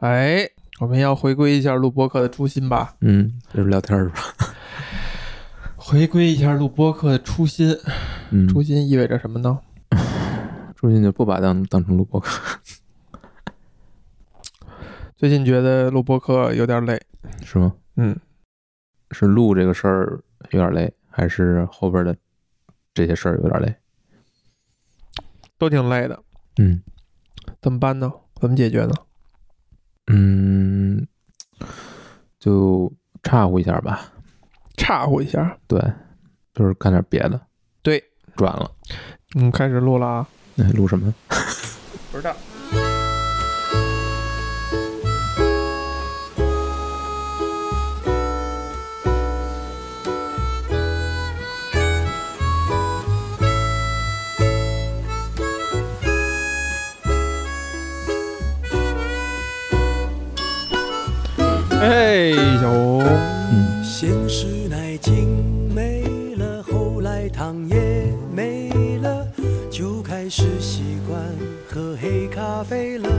哎，我们要回归一下录播客的初心吧。 就是聊天是吧？ 回归一下录播客的初心。初心意味着什么呢？ 初心就不把当成录播客。 最近觉得录播客有点累。 是吗？是录这个事儿有点累，还是后边的这些事儿有点累？ 都挺累的。怎么办呢？怎么解决呢？ 就岔乎一下吧。 岔乎一下？ 对，就是干点别的。 对， 转了。 开始录了啊。 录什么？ 不知道。哎呦， 先是奶精没了，后来糖也没了，就开始习惯喝黑咖啡了。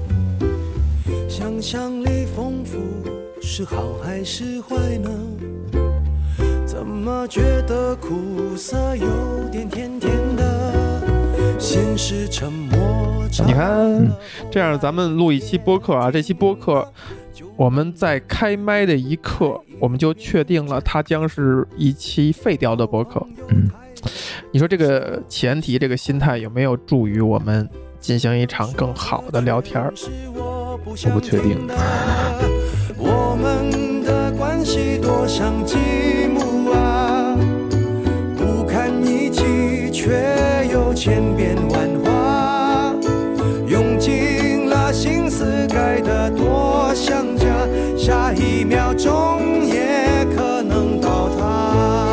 想象力丰富是好还是坏呢？怎么觉得苦涩有点甜甜的？先是沉默。 你看，这样咱们录一期播客啊，这期播客我们在开麦的一刻，我们就确定了它将是一期废掉的播客。你说这个前提，这个心态有没有助于我们进行一场更好的聊天？ 我不确定。 我们的关系多像积木啊，不堪一击却又千变万化，用尽了心思盖得多像家，下一秒钟也可能倒塌。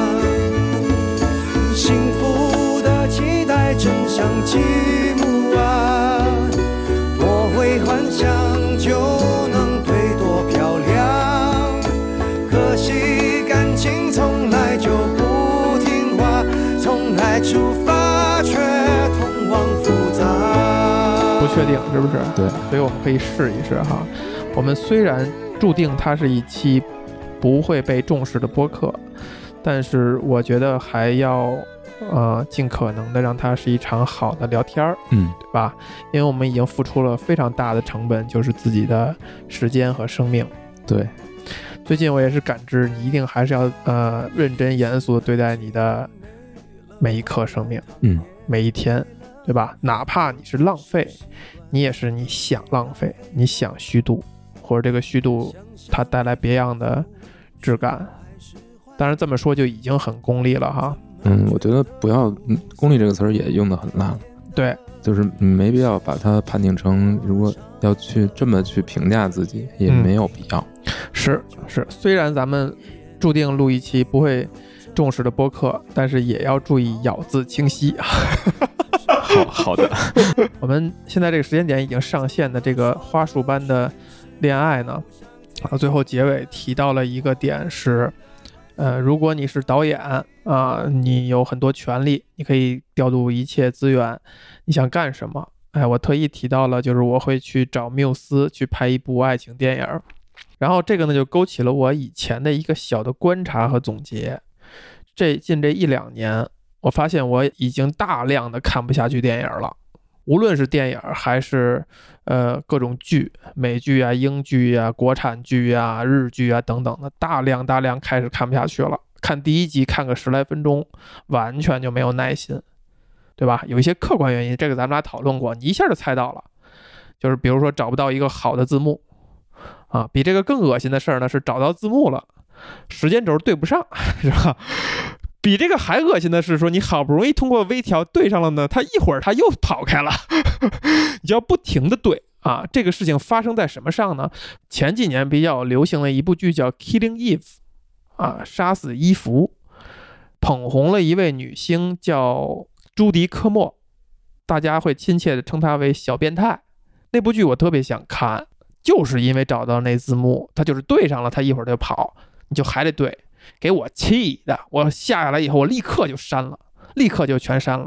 幸福的期待真像积木啊，我会幻想就能对多漂亮，可惜感情从来就不听话，从来出发却通往复杂。 不确定是不是？ 对， 所以我们可以试一试哈。我们虽然注定它是一期不会被重视的播客，但是我觉得还要尽可能的让它是一场好的聊天对吧？因为我们已经付出了非常大的成本，就是自己的时间和生命。 对， 最近我也是感知，你一定还是要认真严肃的对待你的每一刻生命，每一天，对吧？哪怕你是浪费，你也是你想浪费，你想虚度，或者这个虚度它带来别样的质感。当然这么说就已经很功利了哈。 我觉得不要功利这个词儿也用得很烂。 对， 就是没必要把它判定成，如果要去这么去评价自己，也没有必要。 是，虽然咱们注定录一期不会重视的播客，但是也要注意咬字清晰。 好的。 我们现在这个时间点已经上线的这个花束般的恋爱呢，最后结尾提到了一个点是，如果你是导演你有很多权利，你可以调度一切资源，你想干什么？我特意提到了，就是我会去找缪斯去拍一部爱情电影。然后这个呢，就勾起了我以前的一个小的观察和总结。近这1-2年，我发现我已经大量的看不下去电影了，无论是电影还是各种剧，美剧啊、英剧啊、国产剧啊、日剧啊等等的，大量开始看不下去了。看第一集看个10来分钟，完全就没有耐心，对吧？有一些客观原因，这个咱们俩讨论过，你一下就猜到了，就是比如说找不到一个好的字幕比这个更恶心的事儿呢是找到字幕了，时间轴对不上，是吧？比这个还恶心的是说，你好不容易通过微调对上了呢，它一会儿它又跑开了，你就要不停的对这个事情发生在什么上呢？前几年比较流行的一部剧叫 Killing Eve 杀死伊芙，捧红了一位女星叫朱迪科莫，大家会亲切的称她为小变态。那部剧我特别想看，就是因为找到那字幕，它就是对上了，它一会儿就跑，你就还得对，给我气的，我下来以后我立刻就删了，立刻就全删了。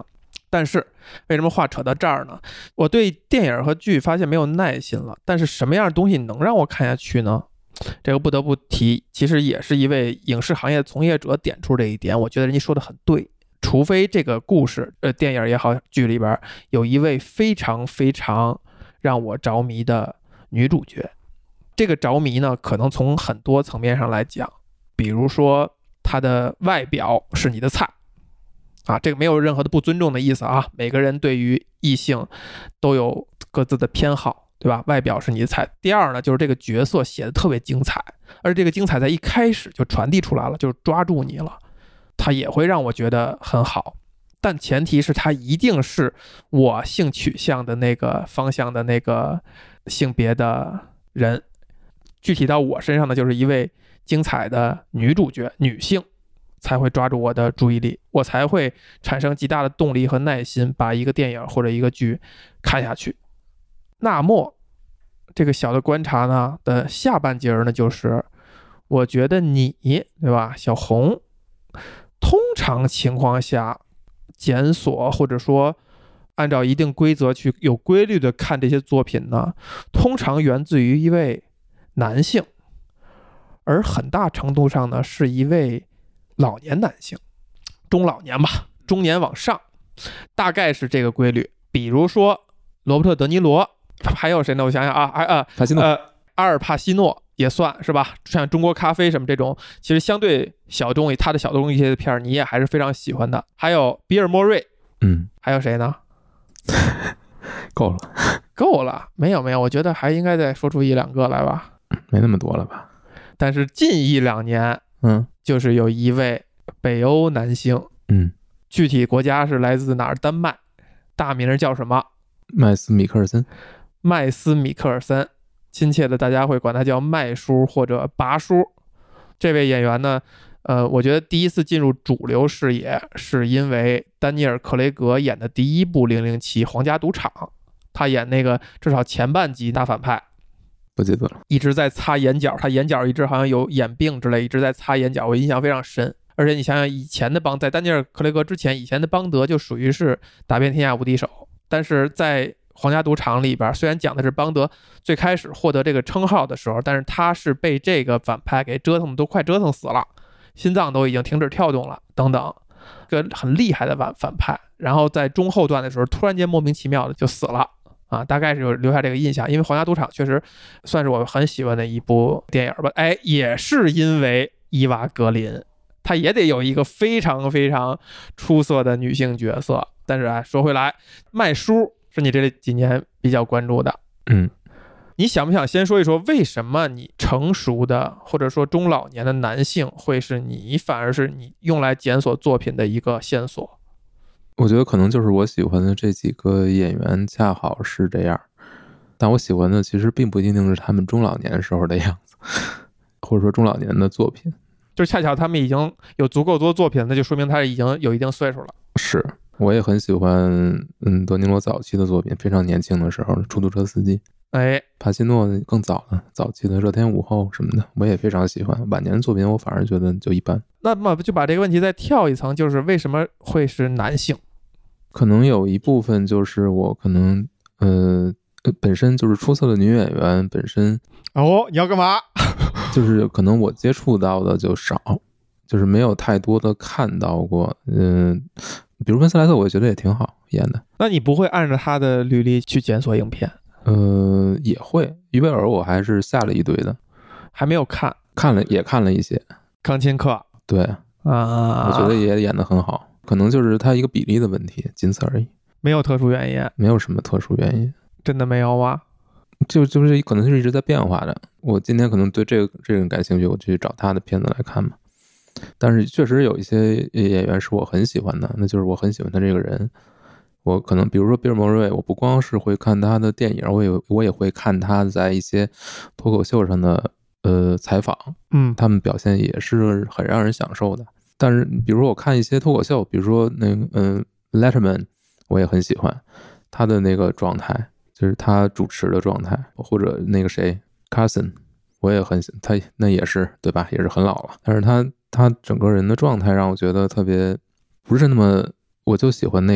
但是为什么话扯到这儿呢？我对电影和剧发现没有耐心了，但是什么样的东西能让我看下去呢？这个不得不提，其实也是一位影视行业从业者点出这一点，我觉得人家说的很对。除非这个故事电影也好剧里边有一位非常非常让我着迷的女主角，这个着迷呢可能从很多层面上来讲，比如说她的外表是你的菜啊，这个没有任何的不尊重的意思啊，每个人对于异性都有各自的偏好，对吧？外表是你的菜。第二呢，就是这个角色写的特别精彩，而这个精彩在一开始就传递出来了，就是抓住你了，它也会让我觉得很好。但前提是它一定是我性取向的那个方向的那个性别的人。具体到我身上呢，就是一位精彩的女主角，女性才会抓住我的注意力，我才会产生极大的动力和耐心把一个电影或者一个剧看下去。那么这个小的观察呢的下半截呢，就是我觉得你对吧，小红，通常情况下检索或者说按照一定规则去有规律的看这些作品呢，通常源自于一位男性，而很大程度上呢是一位老年男性，中老年吧，中年往上，大概是这个规律。比如说罗伯特·德尼罗，还有谁呢？我想想啊， 帕西诺， 阿尔帕西诺也算是吧，像中国咖啡什么这种，其实相对小众他的小众一些的片儿，你也还是非常喜欢的。还有比尔·莫瑞，还有谁呢？够了，没有，我觉得还应该再说出一两个来吧。 没那么多了吧？ 但是近一两年，就是有一位北欧男性，具体国家是来自哪儿？丹麦，大名叫什么？ 麦斯米克尔森，亲切的大家会管他叫麦叔或者拔叔。这位演员呢，我觉得第一次进入主流视野是因为丹尼尔·克雷格演的第一部007皇家赌场，他演那个至少前半集大反派， 不记得了， 一直在擦眼角，他眼角一直好像有眼病之类，一直在擦眼角，我印象非常深。而且你想想以前的在丹尼尔·克雷格之前，以前的邦德就属于是打遍天下无敌手，但是在皇家赌场里边，虽然讲的是邦德最开始获得这个称号的时候，但是他是被这个反派给折腾，都快折腾死了，心脏都已经停止跳动了等等，个很厉害的反派，然后在中后段的时候突然间莫名其妙的就死了啊，大概是有留下这个印象。因为皇家赌场确实算是我很喜欢的一部电影吧，也是因为伊娃格林，她也得有一个非常非常出色的女性角色。但是说回来，麦叔是你这几年比较关注的，你想不想先说一说为什么你成熟的或者说中老年的男性会是你反而是你用来检索作品的一个线索？ 我觉得可能就是我喜欢的这几个演员恰好是这样，但我喜欢的其实并不一定是他们中老年时候的样子，或者说中老年的作品， 就恰巧他们已经有足够多作品，那就说明他已经有一定岁数了。 是，我也很喜欢德尼罗早期的作品，非常年轻的时候的出租车司机，帕西诺更早了，早期的热天午后什么的我也非常喜欢。晚年的作品我反而觉得就一般。 那么就把这个问题再跳一层，就是为什么会是男性？ 可能有一部分就是我可能本身就是出色的女演员本身。 你要干嘛？ 就是可能我接触到的就少，就是没有太多的看到过。比如温斯莱特我觉得也挺好演的。 那你不会按照他的履历去检索影片？ 也会。于贝尔我还是下了一堆的， 还没有看了一些。 康钦克， 对我觉得也演得很好，可能就是他一个比例的问题，仅此而已， 没有特殊原因， 没有什么特殊原因。 真的没有吗？ 就是可能是一直在变化的。我今天可能对这个感兴趣，我去找他的片子来看嘛。但是确实有一些演员是我很喜欢的，那就是我很喜欢他这个人。我可能比如说比尔·莫瑞，我不光是会看他的电影，我也会看他在一些脱口秀上的采访，他们表现也是很让人享受的。但是比如说我看一些脱口秀，比如说那个Letterman， 我也很喜欢他的那个状态，就是他主持的状态，或者那个谁 Carson， 我也很他那也是对吧，也是很老了，但是他整个人的状态让我觉得特别不是那么，我就喜欢那个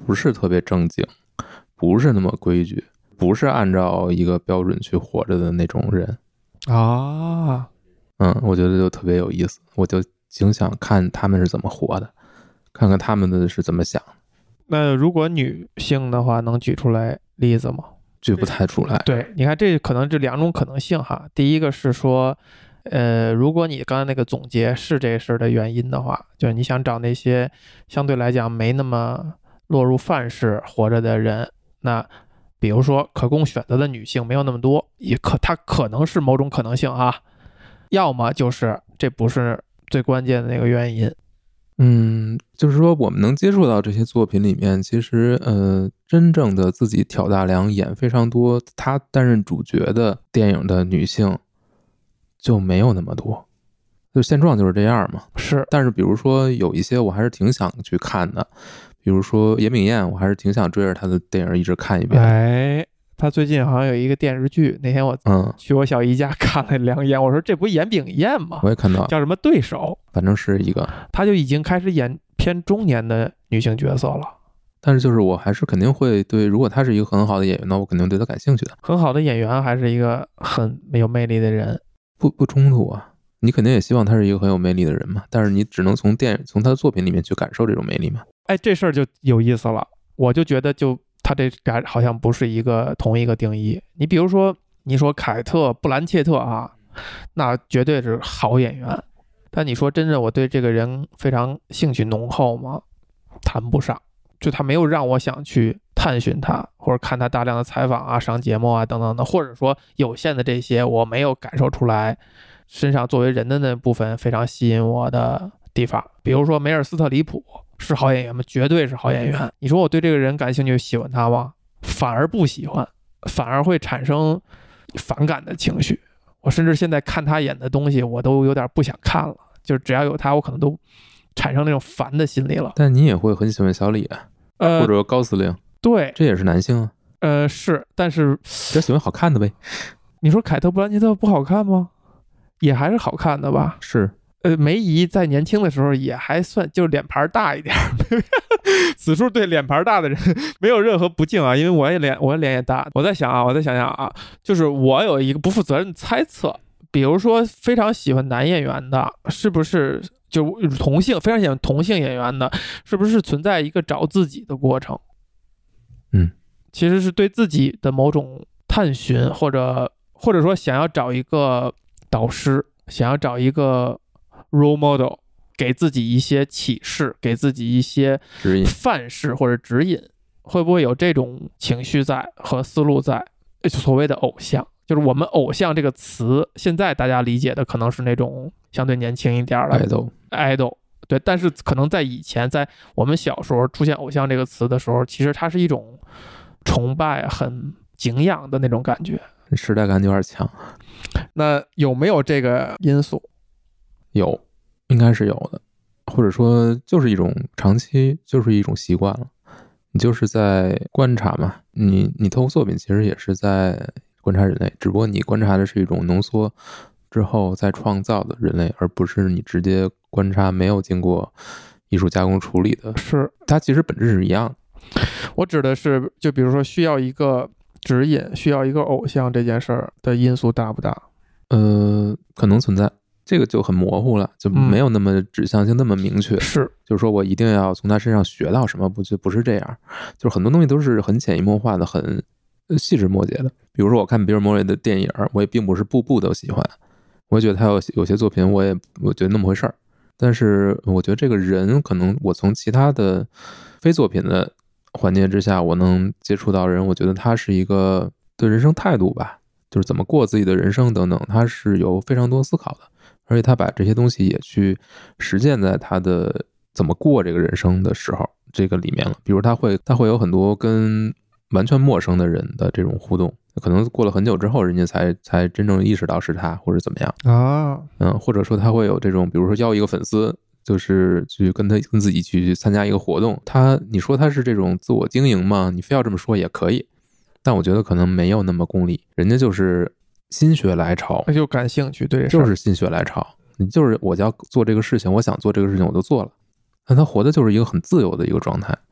不是特别正经，不是那么规矩，不是按照一个标准去活着的那种人啊。 我觉得就特别有意思，我就挺想看他们是怎么活的，看看他们的是怎么想。 那如果女性的话，能举出来例子吗？ 举不太出来。 对，你看这可能这两种可能性哈。第一个是说，如果你刚才那个总结是这事儿的原因的话，就是你想找那些相对来讲没那么落入范式活着的人，那比如说可供选择的女性没有那么多，它可能是某种可能性啊，要么就是这不是最关键的那个原因。 就是说我们能接触到这些作品里面，其实真正的自己挑大梁演非常多，她担任主角的电影的女性就没有那么多，就现状就是这样嘛。 是， 但是比如说有一些我还是挺想去看的，比如说严炳彦，我还是挺想追着他的电影一直看一遍。 他最近好像有一个电视剧，那天我去我小姨家看了2眼，我说这不严炳彦吗？ 我也看到， 叫什么对手， 反正是一个， 他就已经开始演偏中年的女性角色了。 但是就是我还是肯定会对，如果他是一个很好的演员呢，我肯定对他感兴趣的。 很好的演员还是一个很有魅力的人， 不冲突啊。你肯定也希望他是一个很有魅力的人嘛，但是你只能从他的作品里面去感受这种魅力嘛。 这事儿就有意思了，我就觉得他这好像不是同一个定义。你比如说，你说凯特·布兰切特啊，那绝对是好演员，但你说真正我对这个人非常兴趣浓厚吗？谈不上，就他没有让我想去探寻他，或者看他大量的采访啊、上节目啊等等的，或者说有限的这些我没有感受出来身上作为人的那部分非常吸引我的地方。比如说梅尔斯特里普是好演员吗？绝对是好演员。你说我对这个人感兴趣喜欢他吗？反而不喜欢，反而会产生反感的情绪。我甚至现在看他演的东西我都有点不想看了，就是只要有他我可能都产生那种烦的心理了。 但你也会很喜欢小李啊，或者高司令。 对， 这也是男性啊。 是，但是只喜欢好看的呗。 你说凯特·布兰切特不好看吗？也还是好看的吧。 是。 梅姨在年轻的时候也还算，就是脸盘大一点。此处对脸盘大的人没有任何不敬啊，因为我脸也大。我再想想啊，就是我有一个不负责任的猜测，比如说非常喜欢男演员的，是不是就非常喜欢同性演员的，是不是存在一个找自己的过程？其实是对自己的某种探寻，或者说想要找一个导师，想要找一个role model， 给自己一些启示，给自己一些范式或者指引，会不会有这种情绪在和思路在？所谓的偶像，就是我们偶像这个词，现在大家理解的可能是那种相对年轻一点的 idol， 对，但是可能在以前，在我们小时候出现偶像这个词的时候，其实它是一种崇拜、很敬仰的那种感觉， 时代感有点强。 那有没有这个因素？ 有，应该是有的，或者说就是一种长期，就是一种习惯了。你就是在观察嘛，你透过作品其实也是在观察人类，只不过你观察的是一种浓缩之后再创造的人类，而不是你直接观察没有经过艺术加工处理的。 是， 它其实本质是一样的。 我指的是，就比如说需要一个指引，需要一个偶像这件事儿的因素大不大？ 可能存在，这个就很模糊了，就没有那么指向性那么明确。 是， 就是说我一定要从他身上学到什么，不是这样。就是很多东西都是很潜移默化的，很细枝末节的。比如说我看比尔·莫瑞的电影，我也并不是部都喜欢，我觉得他有些作品我觉得那么回事儿。但是我觉得这个人可能我从其他的非作品的环节之下，我能接触到人，我觉得他是一个对人生态度吧，就是怎么过自己的人生等等，他是有非常多思考的，而且他把这些东西也去实践在他的怎么过这个人生的时候这个里面了。比如他会有很多跟完全陌生的人的这种互动，可能过了很久之后人家才真正意识到是他或者怎么样啊。或者说他会有这种，比如说邀一个粉丝，就是去跟自己去参加一个活动，你说他是这种自我经营吗？你非要这么说也可以，但我觉得可能没有那么功利，人家就是心血来潮， 就感兴趣，对， 就是心血来潮，你就是我要做这个事情，我想做这个事情我就做了，但他活的就是一个很自由的一个状态。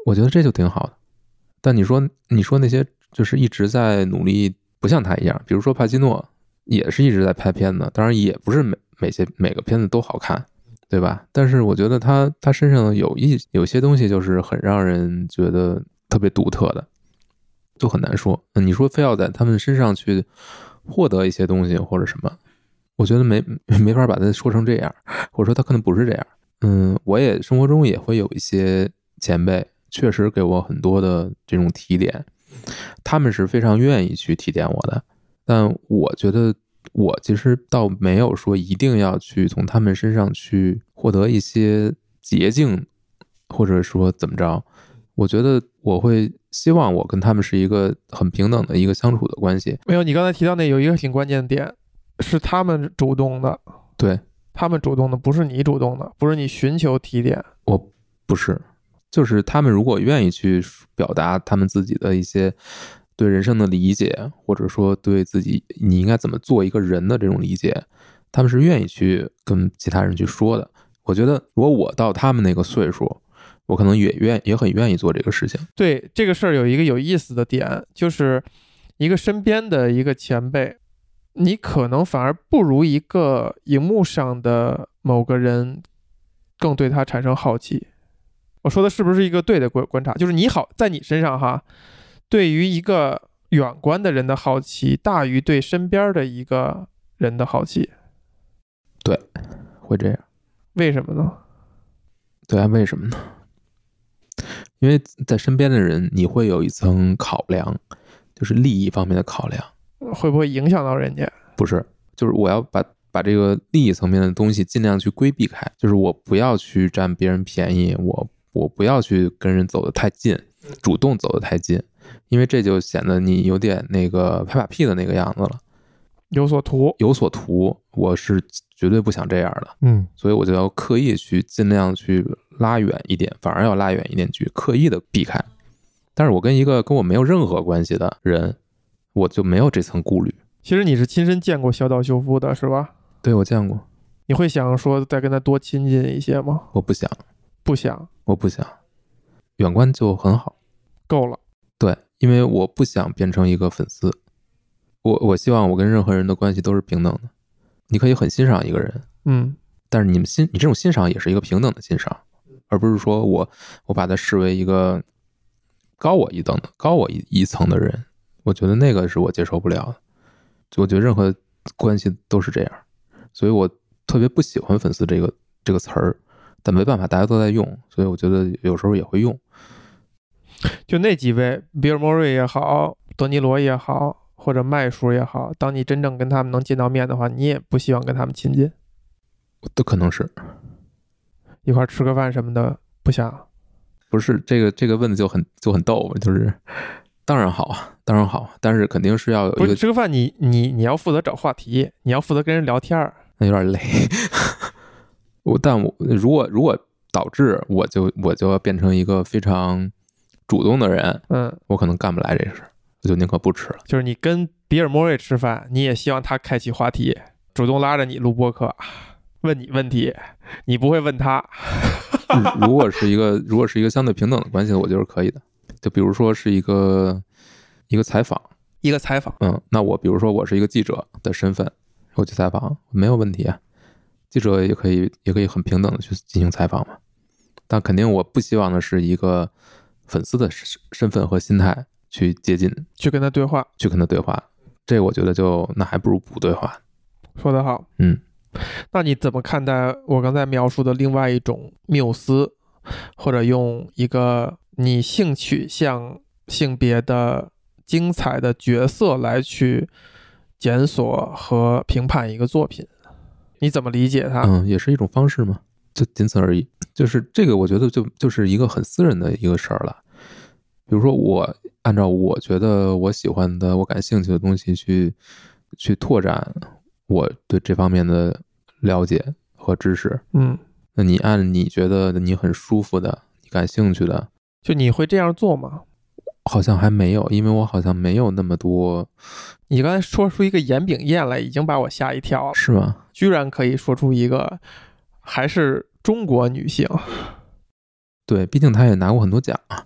我觉得这就挺好的。但你说那些就是一直在努力，不像他一样，比如说帕基诺也是一直在拍片子，当然也不是每个片子都好看，对吧？但是我觉得他身上有些东西就是很让人觉得特别独特的，就很难说。你说非要在他们身上去获得一些东西或者什么，我觉得没法把它说成这样，或者说他可能不是这样。我也生活中也会有一些前辈确实给我很多的这种提点，他们是非常愿意去提点我的，但我觉得我其实倒没有说一定要去从他们身上去获得一些捷径，或者说怎么着。我觉得我会希望我跟他们是一个很平等的一个相处的关系。 没有，你刚才提到那有一个挺关键的点，是他们主动的。 对， 他们主动的，不是你主动的，不是你寻求提点。 我不是，就是他们如果愿意去表达他们自己的一些对人生的理解，或者说对自己你应该怎么做一个人的这种理解，他们是愿意去跟其他人去说的。我觉得如果我到他们那个岁数，我可能也很愿意做这个事情。 对，这个事儿有一个有意思的点，就是一个身边的一个前辈，你可能反而不如一个荧幕上的某个人更对他产生好奇。我说的是不是一个对的观察？就是你好，在你身上哈，对于一个远观的人的好奇大于对身边的一个人的好奇。 对，会这样。 为什么呢？ 对啊，为什么呢？因为在身边的人，你会有一层考量，就是利益方面的考量。 会不会影响到人家？ 不是，就是我要把这个利益层面的东西尽量去规避开，就是我不要去占别人便宜，我不要去跟人走得太近，主动走得太近，因为这就显得你有点那个拍马屁的那个样子了。 有所图，我是绝对不想这样的。所以我就要刻意去尽量去拉远一点，反而要拉远一点去刻意的避开。但是我跟一个跟我没有任何关系的人，我就没有这层顾虑。 其实你是亲身见过小岛秀夫的是吧？ 对，我见过。 你会想说再跟他多亲近一些吗？ 我不想，我不想，远观就很好， 够了。 对，因为我不想变成一个粉丝。我希望我跟任何人的关系都是平等的。你可以很欣赏一个人，但是你这种欣赏也是一个平等的欣赏，而不是说我把他视为一个高我一层的人，我觉得那个是我接受不了的。我觉得任何关系都是这样，所以我特别不喜欢粉丝这个词儿，但没办法，大家都在用，所以我觉得有时候也会用。 就那几位，比尔·莫瑞也好，德尼罗也好，或者麦叔也好，当你真正跟他们能见到面的话，你也不希望跟他们亲近。 都可能是一块吃个饭什么的，不想。 不是这个问的就很逗，就是当然好啊，但是肯定是要有一个。 不是吃个饭，你要负责找话题，你要负责跟人聊天， 那有点累。但我如果导致我就要变成一个非常主动的人，我可能干不来这事，我就宁可不吃了。 就是你跟比尔·莫瑞吃饭，你也希望他开启话题，主动拉着你录播客，问你问题，你不会问他。 如果是一个相对平等的关系，我觉得是可以的。就比如说是一个采访，那我比如说我是一个记者的身份，我去采访没有问题啊。记者也可以很平等的去进行采访嘛。但肯定我不希望的是一个粉丝的身份和心态去接近， 去跟他对话。 这我觉得那还不如不对话。 说得好。那你怎么看待我刚才描述的另外一种缪斯，或者用一个你性取向、性别的精彩的角色来去检索和评判一个作品？你怎么理解它？ 也是一种方式嘛，就仅此而已。就是这个，我觉得就是一个很私人的一个事儿了。比如说，我按照我觉得我喜欢的、我感兴趣的东西去拓展我对这方面的了解和知识。那你按你觉得你很舒服的、你感兴趣的， 就你会这样做吗？ 好像还没有，因为我好像没有那么多。 你刚才说出一个严炳燕来，已经把我吓一跳了。 是吗？ 居然可以说出一个还是中国女性。 对，毕竟她也拿过很多奖啊。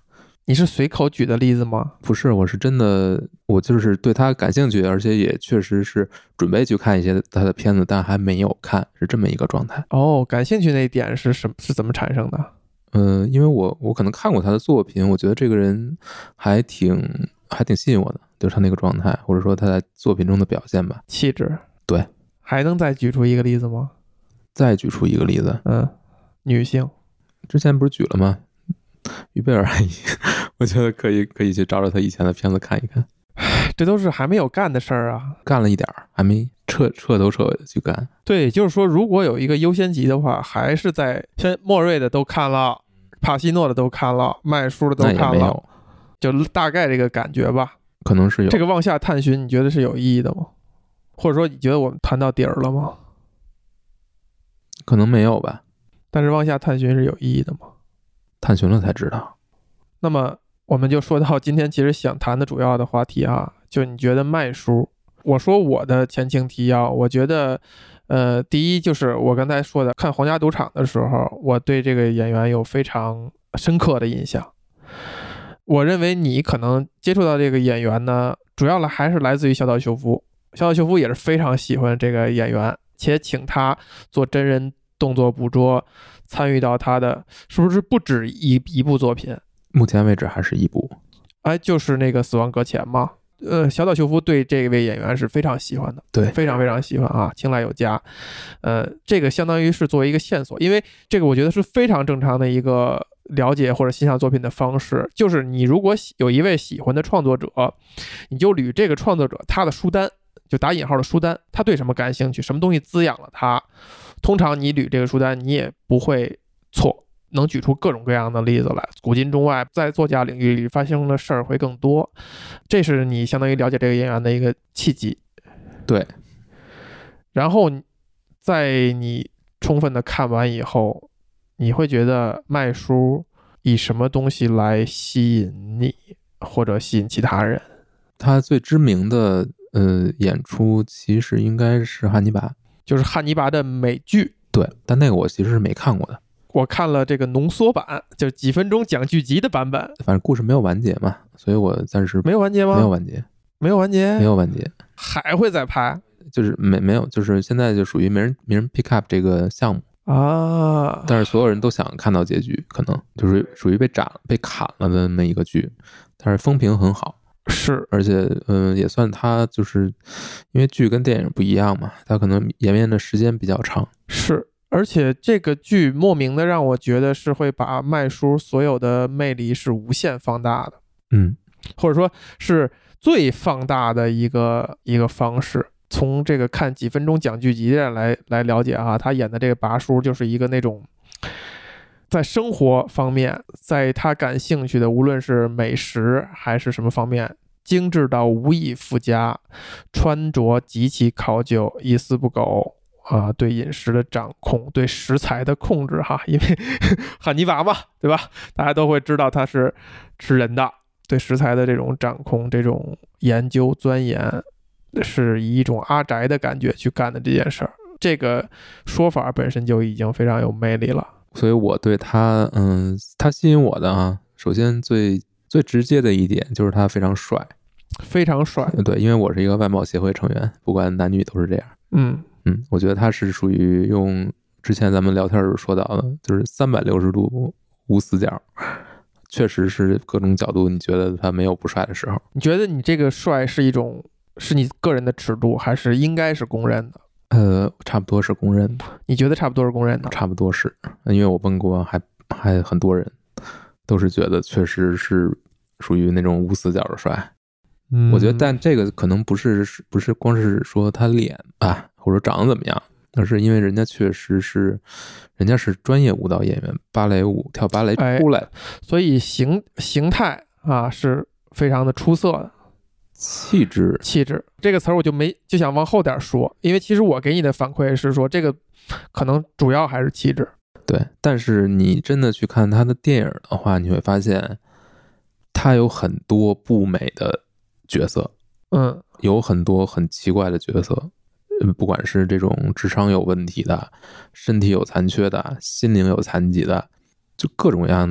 你是随口举的例子吗？ 不是，我是真的，我就是对他感兴趣，而且也确实是准备去看一些他的片子，但还没有看，是这么一个状态。 哦，感兴趣那一点是怎么产生的？ 因为我可能看过他的作品，我觉得这个人还挺吸引我的，就是他那个状态，或者说他在作品中的表现吧， 气质。 对， 还能再举出一个例子吗？ 再举出一个例子， 女性， 之前不是举了吗？于贝尔阿姨，我觉得可以去找找他以前的片子看一看。 这都是还没有干的事儿啊， 干了一点儿，还没彻头彻尾的去干。 对，就是说，如果有一个优先级的话，还是在像莫瑞的都看了，帕西诺的都看了，麦叔的都看了，就大概这个感觉吧。 可能是有这个往下探寻，你觉得是有意义的吗？或者说，你觉得我们谈到底儿了吗？ 可能没有吧。 但是往下探寻是有意义的吗？ 探寻了才知道。 那么我们就说到今天其实想谈的主要的话题啊，就你觉得麦叔，我说我的前情提要，我觉得第一就是我刚才说的，看《皇家赌场》的时候，我对这个演员有非常深刻的印象。我认为你可能接触到这个演员呢，主要还是来自于小岛秀夫。小岛秀夫也是非常喜欢这个演员，且请他做真人动作捕捉，参与到他的是不是不止一部作品？ 目前为止还是一部。 就是那个《死亡搁浅》嘛。小岛秀夫对这位演员是非常喜欢的， 对， 非常非常喜欢啊，青睐有加。这个相当于是作为一个线索，因为这个我觉得是非常正常的一个了解或者欣赏作品的方式，就是你如果有一位喜欢的创作者，你就捋这个创作者他的书单，就打引号的书单，他对什么感兴趣，什么东西滋养了他。通常你捋这个书单，你也不会错，能举出各种各样的例子来，古今中外，在作家领域里发生的事儿会更多，这是你相当于了解这个演员的一个契机。 对， 然后在你充分的看完以后，你会觉得麦叔以什么东西来吸引你，或者吸引其他人？ 他最知名的演出其实应该是汉尼拔， 就是汉尼拔的美剧。 对，但那个我其实是没看过的。 我看了这个浓缩版，就是几分钟讲剧集的版本。 反正故事没有完结嘛，所以我暂时没有完结吗？ 没有完结， 没有完结， 没有完结， 还会再拍？ 就是没有，就是现在就属于没人 pick up 这个项目啊。 但是所有人都想看到结局，可能就是属于被砍了的那么一个剧，但是风评很好。 是， 而且也算他就是因为剧跟电影不一样嘛，他可能演变的时间比较长。 是，而且这个剧莫名的让我觉得是会把麦叔所有的魅力是无限放大的，或者说是最放大的一个方式。从这个看几分钟讲剧集的来了解啊，他演的这个拔叔就是一个那种在生活方面，在他感兴趣的无论是美食还是什么方面，精致到无以复加，穿着极其考究，一丝不苟啊，对饮食的掌控，对食材的控制哈，因为汉尼拔嘛，对吧？大家都会知道他是吃人的，对食材的这种掌控，这种研究钻研，是以一种阿宅的感觉去干的这件事儿。这个说法本身就已经非常有魅力了。 所以我对他，他吸引我的啊，首先最直接的一点就是他非常帅， 非常帅。 对，因为我是一个外貌协会成员，不管男女都是这样。我觉得他是属于用之前咱们聊天时说到的，就是360度无死角，确实是各种角度你觉得他没有不帅的时候。 你觉得你这个帅是你个人的尺度，还是应该是公认的？ 差不多是公认的。 你觉得差不多是公认的？ 差不多是，因为我问过还很多人都是觉得确实是属于那种无死角的帅。我觉得但这个可能不是光是说他脸吧或者长得怎么样，而是因为人家确实是专业舞蹈演员，芭蕾舞跳芭蕾出来， 所以形态啊是非常的出色的。气质这个词儿我就想往后点说，因为其实我给你的反馈是说这个可能主要还是气质。 对，但是你真的去看他的电影的话，你会发现他有很多不美的角色，有很多很奇怪的角色，不管是这种智商有问题的，身体有残缺的，心灵有残疾的，就各种各样的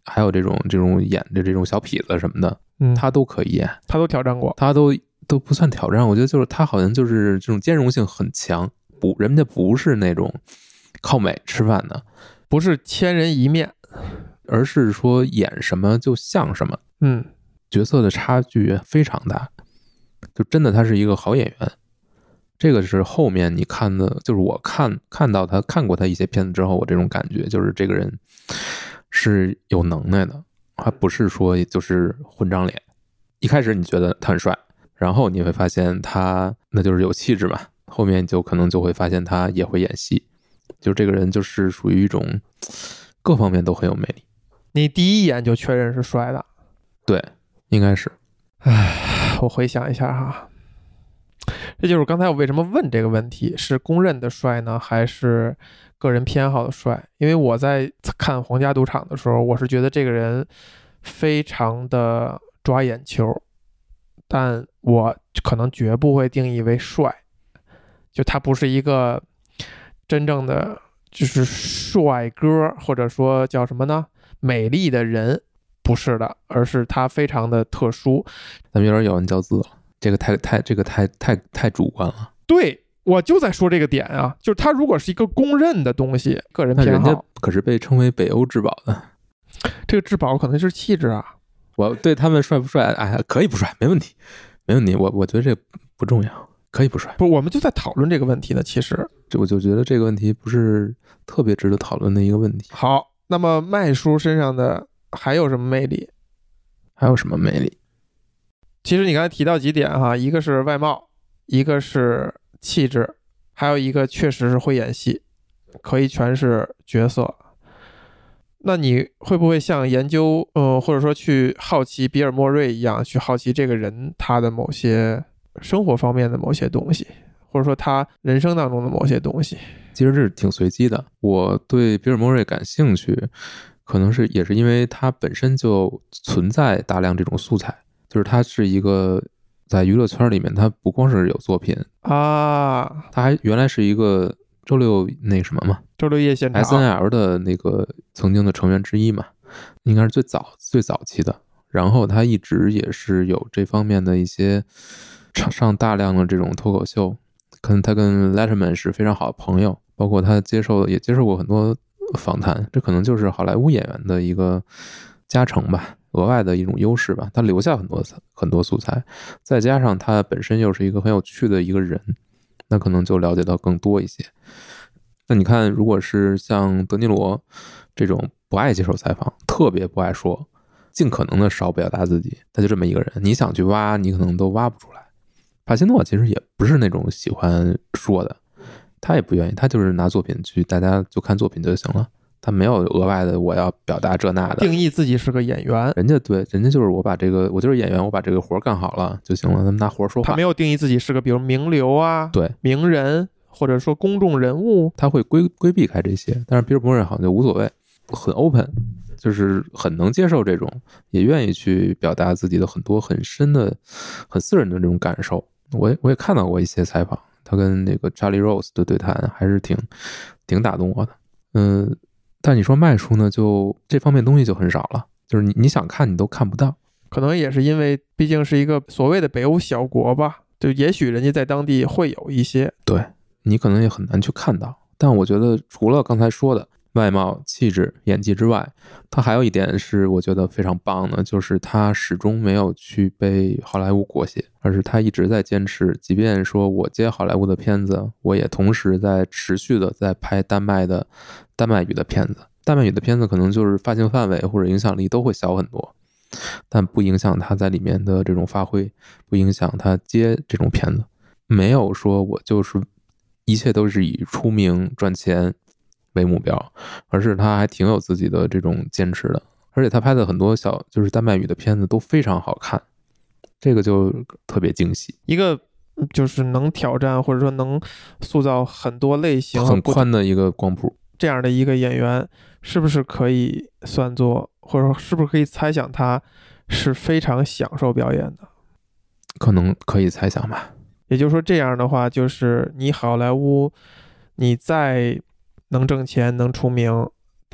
还有这种演的这种小痞子什么的，他都可以演， 他都挑战过， 他都不算挑战，我觉得就是他好像就是这种兼容性很强，人家不是那种靠美吃饭的， 不是千人一面， 而是说演什么就像什么，角色的差距非常大，就真的他是一个好演员。这个是后面你看的，就是我看过他一些片子之后，我这种感觉就是这个人是有能耐的，他不是说就是混张脸。一开始你觉得他很帅，然后你会发现他那就是有气质嘛，后面就可能就会发现他也会演戏，就是这个人就是属于一种各方面都很有魅力。 你第一眼就确认是帅的？ 对，应该是。 我回想一下哈，这就是刚才我为什么问这个问题，是公认的帅呢，还是个人偏好的帅？因为我在看《皇家赌场》的时候，我是觉得这个人非常的抓眼球，但我可能绝不会定义为帅，就他不是一个真正的就是帅哥，或者说叫什么呢，美丽的人，不是的，而是他非常的特殊。 咱们有点咬文嚼字了，这个太主观了。 对，我就在说这个点啊，就是他如果是一个公认的东西，个人偏好， 人家可是被称为北欧至宝的。 这个至宝可能是气质啊。 我对他们帅不帅，哎，可以不帅，没问题，没问题。我觉得这不重要，可以不帅。 不，我们就在讨论这个问题呢。其实， 我就觉得这个问题不是特别值得讨论的一个问题。 好，那么麦叔身上的还有什么魅力？ 还有什么魅力？ 其实你刚才提到几点哈，一个是外貌，一个是气质，还有一个确实是会演戏，可以诠释角色。那你会不会像研究或者说去好奇比尔莫瑞一样，去好奇这个人他的某些生活方面的某些东西，或者说他人生当中的某些东西？ 其实这是挺随机的。我对比尔莫瑞感兴趣，可能也是因为他本身就存在大量这种素材，就是他是一个在娱乐圈里面，他不光是有作品啊， 他还原来是一个周六那什么嘛， 周六夜现场 SNL 的那个曾经的成员之一嘛，应该是最早期的。然后他一直也是有这方面的一些上大量的这种脱口秀，可能他跟 Letterman 是非常好的朋友，包括他也接受过很多访谈，这可能就是好莱坞演员的一个加成吧，额外的一种优势吧。他留下很多素材，再加上他本身又是一个很有趣的一个人，那可能就了解到更多一些。那你看，如果是像德尼罗这种不爱接受采访，特别不爱说，尽可能的少表达自己，他就这么一个人，你想去挖，你可能都挖不出来。帕西诺其实也不是那种喜欢说的，他也不愿意，他就是拿作品去，大家就看作品就行了，他没有额外的我要表达这那的。 定义自己是个演员， 人家就是我就是演员，我把这个活干好了就行了，他们拿活说话。 他没有定义自己是个比如名流啊， 对， 名人或者说公众人物， 他会规避开这些。但是比尔莫瑞好像就无所谓，很 open， 就是很能接受这种，也愿意去表达自己的很多很深的、很私人的这种感受。我也看到过一些采访，他跟那个 Charlie Rose 的对谈还是挺打动我的。但你说麦叔呢，就这方面东西就很少了，就是你想看你都看不到。 可能也是因为毕竟是一个所谓的北欧小国吧，就也许人家在当地会有一些， 对，你可能也很难去看到。但我觉得除了刚才说的外貌、气质、演技之外，他还有一点是我觉得非常棒的，就是他始终没有去被好莱坞裹挟，而是他一直在坚持，即便说我接好莱坞的片子，我也同时在持续的在拍丹麦语的片子。丹麦语的片子可能就是发行范围或者影响力都会小很多，但不影响他在里面的这种发挥，不影响他接这种片子。没有说我就是一切都是以出名赚钱为目标，而是他还挺有自己的这种坚持的。而且他拍的很多就是丹麦语的片子都非常好看，这个就特别惊喜。 一个就是能挑战或者说能塑造很多类型很宽的一个光谱， 这样的一个演员，是不是可以算作，或者说是不是可以猜想他是非常享受表演的？ 可能可以猜想吧。 也就是说这样的话，就是你好莱坞你再能挣钱能出名，但是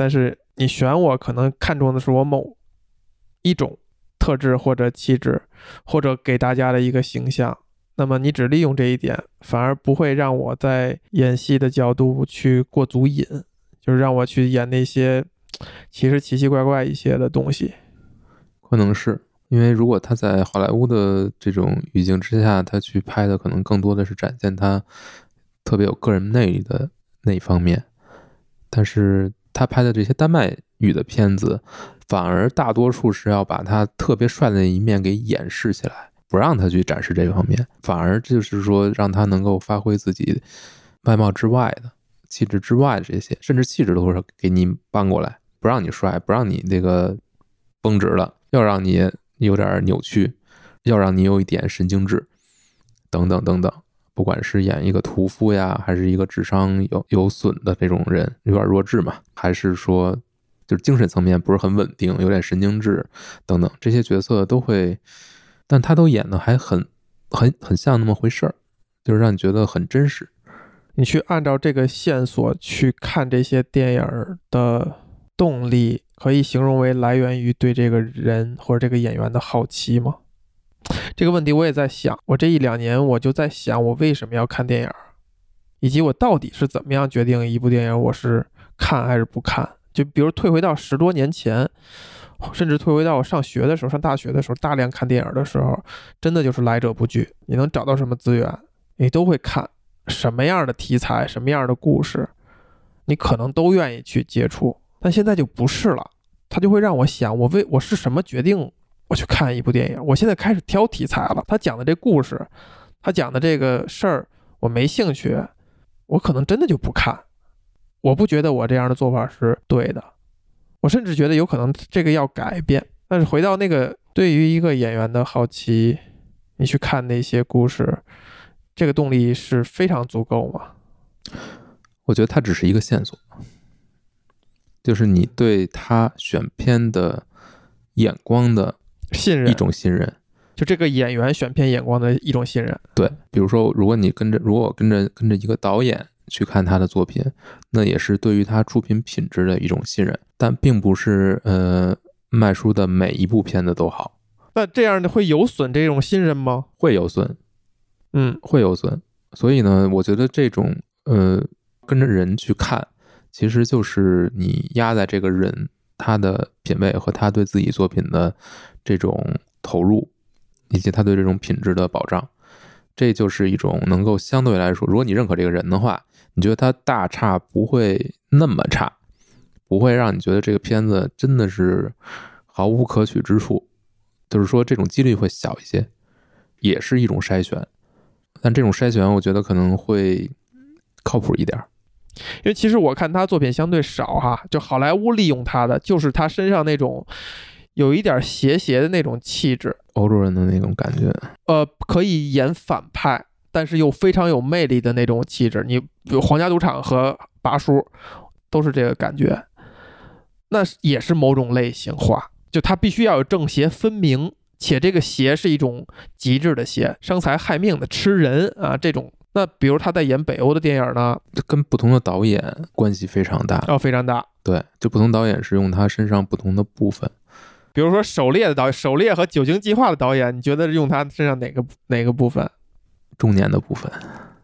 你选我可能看重的是我某一种特质或者气质，或者给大家的一个形象，那么你只利用这一点，反而不会让我在演戏的角度去过足瘾，就是让我去演那些其实奇奇怪怪一些的东西。 可能是因为如果他在好莱坞的这种语境之下，他去拍的可能更多的是展现他特别有个人魅力的那一方面，但是他拍的这些丹麦语的片子反而大多数是要把他特别帅的那一面给掩饰起来，不让他去展示这方面，反而就是说让他能够发挥自己外貌之外的气质之外的这些，甚至气质都是给你搬过来，不让你帅，不让你那个绷直了，要让你有点扭曲，要让你有一点神经质等等等等。不管是演一个屠夫呀，还是一个智商有损的这种人，有点弱智嘛，还是说就是精神层面不是很稳定，有点神经质等等，这些角色都会，但他都演的还很像那么回事儿，就是让你觉得很真实。 你去按照这个线索去看这些电影的动力，可以形容为来源于对这个人或者这个演员的好奇吗？这个问题我也在想，我这1-2年我就在想，我为什么要看电影，以及我到底是怎么样决定一部电影我是看还是不看。就比如退回到10多年前，甚至退回到我上学的时候，上大学的时候，大量看电影的时候，真的就是来者不拒，你能找到什么资源你都会看，什么样的题材什么样的故事你可能都愿意去接触。但现在就不是了，它就会让我想，我是什么决定我去看一部电影？我现在开始挑题材了，他讲的这故事，他讲的这个事儿我没兴趣，我可能真的就不看。我不觉得我这样的做法是对的，我甚至觉得有可能这个要改变。但是回到那个对于一个演员的好奇，你去看那些故事，这个动力是非常足够吗？ 我觉得它只是一个线索，就是你对他选片的眼光的信任， 一种信任， 就这个演员选片眼光的一种信任。 对，比如说如果我跟着一个导演去看他的作品，那也是对于他出品品质的一种信任，但并不是麦叔的每一部片子都好。 那这样的会有损这种信任吗？ 会有损，会有损。所以呢，我觉得这种跟着人去看，其实就是你压在这个人他的品味和他对自己作品的这种投入，以及他对这种品质的保障。这就是一种能够相对来说，如果你认可这个人的话，你觉得他大差不会那么差，不会让你觉得这个片子真的是毫无可取之处，就是说这种几率会小一些，也是一种筛选。但这种筛选我觉得可能会靠谱一点， 因为其实我看他作品相对少哈，就好莱坞利用他的就是他身上那种有一点邪的那种气质， 欧洲人的那种感觉， 可以演反派，但是又非常有魅力的那种气质。你比如皇家赌场和拔叔都是这个感觉，那也是某种类型化，就他必须要有正邪分明，且这个邪是一种极致的邪，伤财害命的吃人啊这种。那比如他在演北欧的电影呢， 跟不同的导演关系非常大， 非常大。 对，就不同导演是用他身上不同的部分。 比如说狩猎的导演，狩猎和酒精计划的导演，你觉得用他身上哪个部分？ 中年的部分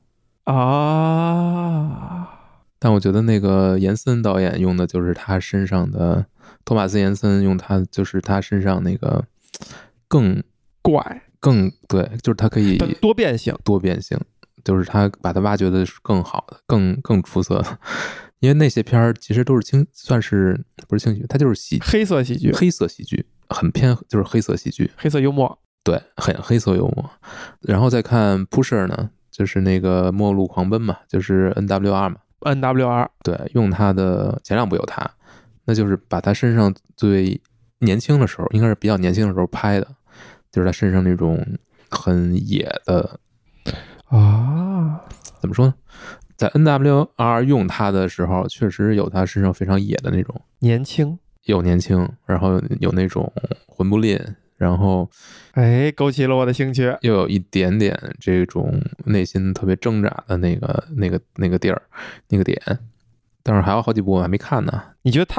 啊。 但我觉得那个延森导演用的就是他身上的，托马斯延森用他就是他身上那个更怪， 更对，就是他可以多变性， 就是他把他挖掘的是更好的，更出色的。因为那些片儿其实都是算是不是轻喜剧，它就是黑色喜剧， 很偏，就是黑色喜剧， 黑色幽默， 对，很黑色幽默。然后再看 Pusher 呢，就是那个末路狂奔嘛，就是 NWR 嘛 ，NWR 对，用他的前2部有他，那就是把他身上最年轻的时候，应该是比较年轻的时候拍的，就是他身上那种很野的啊， 怎么说呢？在 NWR 用他的时候，确实有他身上非常野的那种年轻， 然后有那种混不吝，然后勾起了我的兴趣， 又有一点点这种内心特别挣扎的那个地儿那个点。但是还有好几部我还没看呢。 你觉得他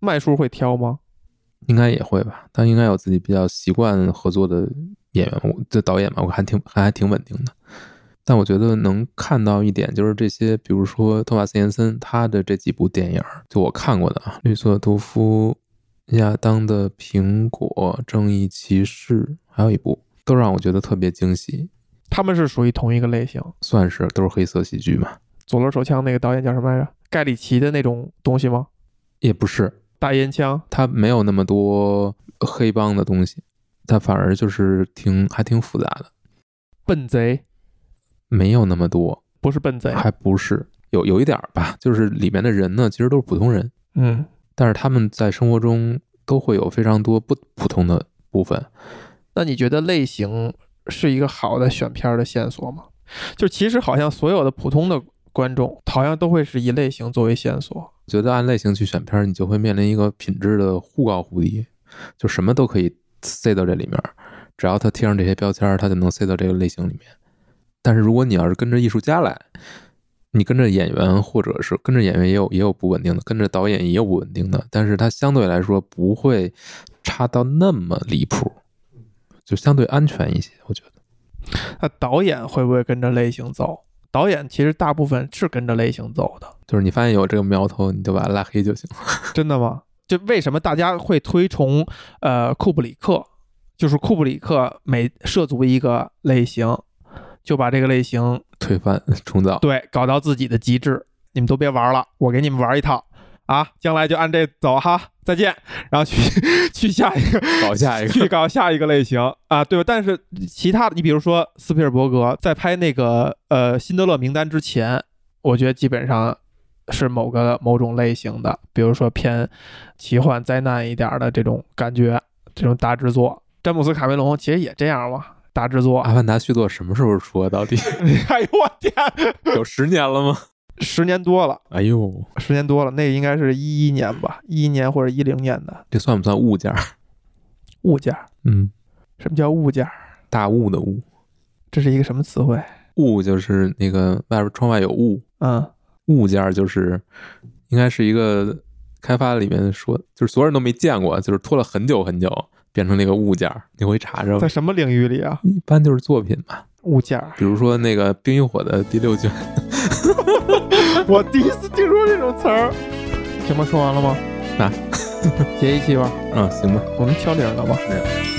麦叔会挑吗？ 应该也会吧，但应该有自己比较习惯合作的演员，这导演嘛，我还挺稳定的。但我觉得能看到一点，就是这些，比如说托马斯·延森他的这几部电影，就我看过的啊，《绿色屠夫》、亚当的苹果、正义骑士，还有一部，都让我觉得特别惊喜。 他们是属于同一个类型， 算是都是黑色喜剧嘛。 左轮手枪那个导演叫什么来着？盖里奇的那种东西吗？ 也不是， 大烟枪， 他没有那么多黑帮的东西，他反而就是还挺复杂的。 笨贼没有那么多， 不是笨贼， 还不是有一点吧，就是里面的人呢，其实都是普通人，但是他们在生活中都会有非常多不普通的部分。 那你觉得类型是一个好的选片的线索吗？就其实好像所有的普通的观众好像都会是以类型作为线索。 觉得按类型去选片，你就会面临一个品质的忽高忽低，就什么都可以塞到这里面，只要他贴上这些标签，他就能塞到这个类型里面。但是如果你要是跟着艺术家来，你跟着演员，或者是跟着演员也有不稳定的，跟着导演也有不稳定的，但是它相对来说不会差到那么离谱，就相对安全一些，我觉得。 那导演会不会跟着类型走？导演其实大部分是跟着类型走的， 就是你发现有这个苗头，你就把它拉黑就行了。 真的吗？就为什么大家会推崇库布里克？就是库布里克每涉足一个类型，就把这个类型推翻重造， 对，搞到自己的极致。你们都别玩了，我给你们玩一套啊！将来就按这走哈，再见。然后去下一个， 搞下一个， 去搞下一个类型啊，对吧？但是其他的，你比如说斯皮尔伯格在拍那个辛德勒名单之前，我觉得基本上是某种类型的，比如说偏奇幻灾难一点的这种感觉，这种大制作。詹姆斯卡梅隆其实也这样嘛，大制作。 阿凡达续作什么时候出啊？到底？ 哎呦我天， 有10年了吗 ？10年多了。 哎呦 ，10年多了，那应该是11年吧，11年或者10年的。 这算不算物件？ 物件？什么叫物件？ 大雾的雾。 这是一个什么词汇？ 雾就是那个外边窗外有雾。物件就是应该是一个开发里面说，就是所有人都没见过，就是拖了很久很久变成那个物件。你会查着吗？ 在什么领域里啊？ 一般就是作品吧。 物件， 比如说那个《冰与火》的第6卷。 我第一次听说这种词儿。行吧，说完了吗？ 啊， 结一期吧。 行吧。 我们敲铃了吧？ 没有。